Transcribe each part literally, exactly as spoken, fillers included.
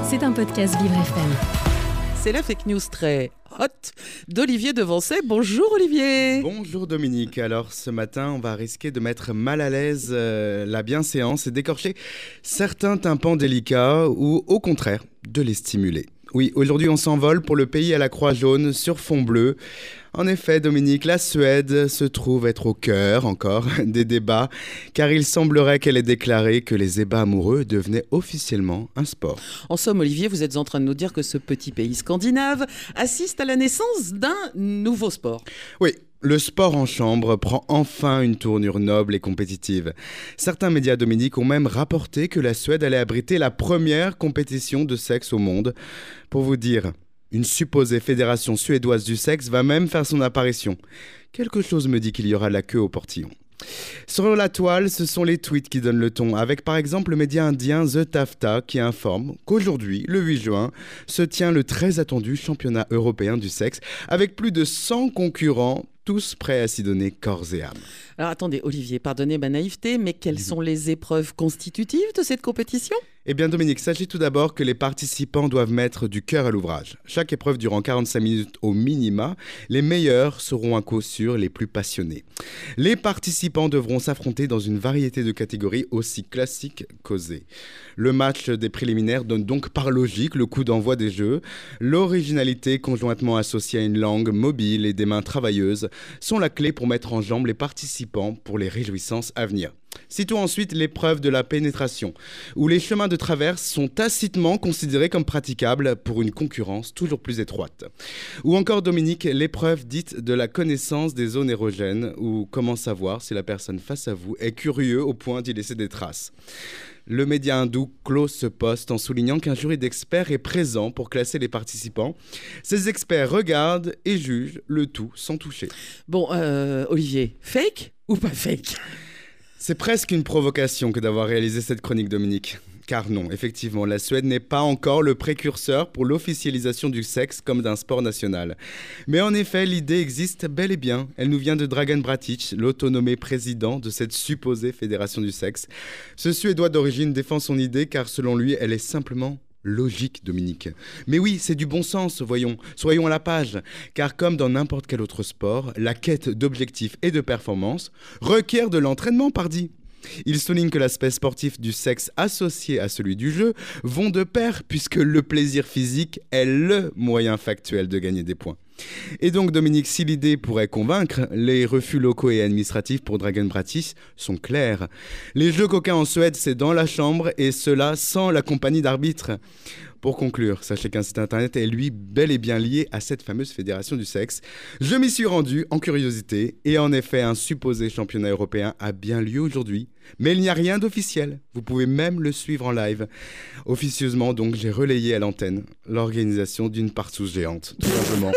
C'est un podcast Vivre F M. C'est la fake news très hot d'Olivier Devancey. Bonjour Olivier. Bonjour Dominique. Alors ce matin, on va risquer de mettre mal à l'aise euh, la bienséance et d'écorcher certains tympans délicats ou au contraire de les stimuler. Oui, aujourd'hui on s'envole pour le pays à la croix jaune sur fond bleu. En effet, Dominique, la Suède se trouve être au cœur, encore, des débats, car il semblerait qu'elle ait déclaré que les ébats amoureux devenaient officiellement un sport. En somme, Olivier, vous êtes en train de nous dire que ce petit pays scandinave assiste à la naissance d'un nouveau sport. Oui. Le sport en chambre prend enfin une tournure noble et compétitive. Certains médias, Dominique, ont même rapporté que la Suède allait abriter la première compétition de sexe au monde. Pour vous dire, une supposée fédération suédoise du sexe va même faire son apparition. Quelque chose me dit qu'il y aura la queue au portillon. Sur la toile, ce sont les tweets qui donnent le ton, avec par exemple le média indien The Tafta qui informe qu'aujourd'hui, le huit juin, se tient le très attendu championnat européen du sexe, avec plus de cent concurrents, tous prêts à s'y donner corps et âme. Alors attendez, Olivier, pardonnez ma naïveté, mais quelles sont les épreuves constitutives de cette compétition ? Eh bien Dominique, sachez tout d'abord que les participants doivent mettre du cœur à l'ouvrage. Chaque épreuve durant quarante-cinq minutes au minima, les meilleurs seront à coup sûr les plus passionnés. Les participants devront s'affronter dans une variété de catégories aussi classiques qu'osées. Le match des préliminaires donne donc par logique le coup d'envoi des jeux. L'originalité conjointement associée à une langue mobile et des mains travailleuses sont la clé pour mettre en jambe les participants pour les réjouissances à venir. Citons ensuite l'épreuve de la pénétration, où les chemins de traverse sont tacitement considérés comme praticables pour une concurrence toujours plus étroite. Ou encore, Dominique, l'épreuve dite de la connaissance des zones érogènes, ou comment savoir si la personne face à vous est curieux au point d'y laisser des traces. Le média hindou close ce poste en soulignant qu'un jury d'experts est présent pour classer les participants. Ces experts regardent et jugent le tout sans toucher. Bon, euh, Olivier, fake ou pas fake ? C'est presque une provocation que d'avoir réalisé cette chronique, Dominique. Car non, effectivement, la Suède n'est pas encore le précurseur pour l'officialisation du sexe comme d'un sport national. Mais en effet, l'idée existe bel et bien. Elle nous vient de Dragan Bratic, l'autonomé président de cette supposée fédération du sexe. Ce Suédois d'origine défend son idée car selon lui, elle est simplement logique, Dominique. Mais oui, c'est du bon sens, voyons. Soyons à la page. Car comme dans n'importe quel autre sport, la quête d'objectifs et de performance requiert de l'entraînement, pardi. Il souligne que l'aspect sportif du sexe associé à celui du jeu vont de pair puisque le plaisir physique est le moyen factuel de gagner des points. Et donc Dominique, si l'idée pourrait convaincre, les refus locaux et administratifs pour Dragan Bratic sont clairs. Les jeux coquins en Suède, c'est dans la chambre et cela sans la compagnie d'arbitres. Pour conclure, sachez qu'un site internet est lui bel et bien lié à cette fameuse fédération du sexe. Je m'y suis rendu en curiosité et en effet un supposé championnat européen a bien lieu aujourd'hui. Mais il n'y a rien d'officiel, vous pouvez même le suivre en live. Officieusement donc j'ai relayé à l'antenne l'organisation d'une partouze géante, tout simplement.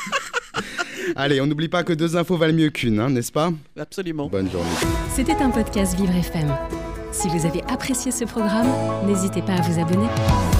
Allez, on n'oublie pas que deux infos valent mieux qu'une, hein, n'est-ce pas ? Absolument. Bonne journée. C'était un podcast Vivre F M. Si vous avez apprécié ce programme, n'hésitez pas à vous abonner.